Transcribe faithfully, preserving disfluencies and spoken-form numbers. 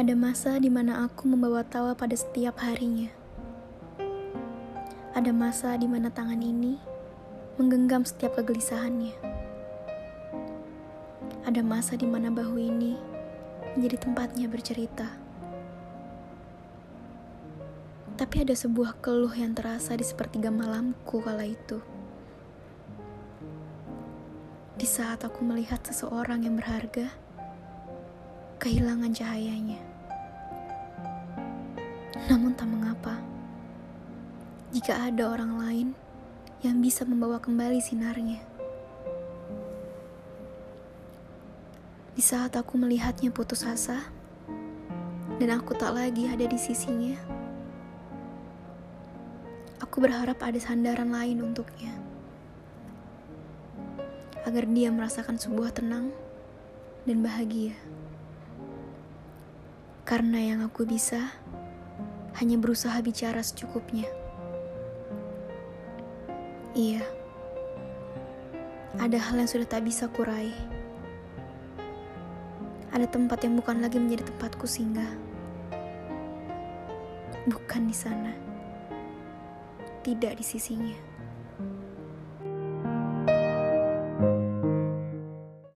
Ada masa di mana aku membawa tawa pada setiap harinya. Ada masa di mana tangan ini menggenggam setiap kegelisahannya. Ada masa di mana bahu ini menjadi tempatnya bercerita. Tapi ada sebuah keluh yang terasa di sepertiga malamku kala itu. Di saat aku melihat seseorang yang berharga kehilangan cahayanya. Namun tak mengapa, jika ada orang lain yang bisa membawa kembali sinarnya. Di saat aku melihatnya putus asa, dan aku tak lagi ada di sisinya, aku berharap ada sandaran lain untuknya, agar dia merasakan sebuah tenang dan bahagia. Karena yang aku bisa hanya berusaha bicara secukupnya. Iya, ada hal yang sudah tak bisa kurai. Ada tempat yang bukan lagi menjadi tempatku singgah. Bukan di sana, tidak di sisinya.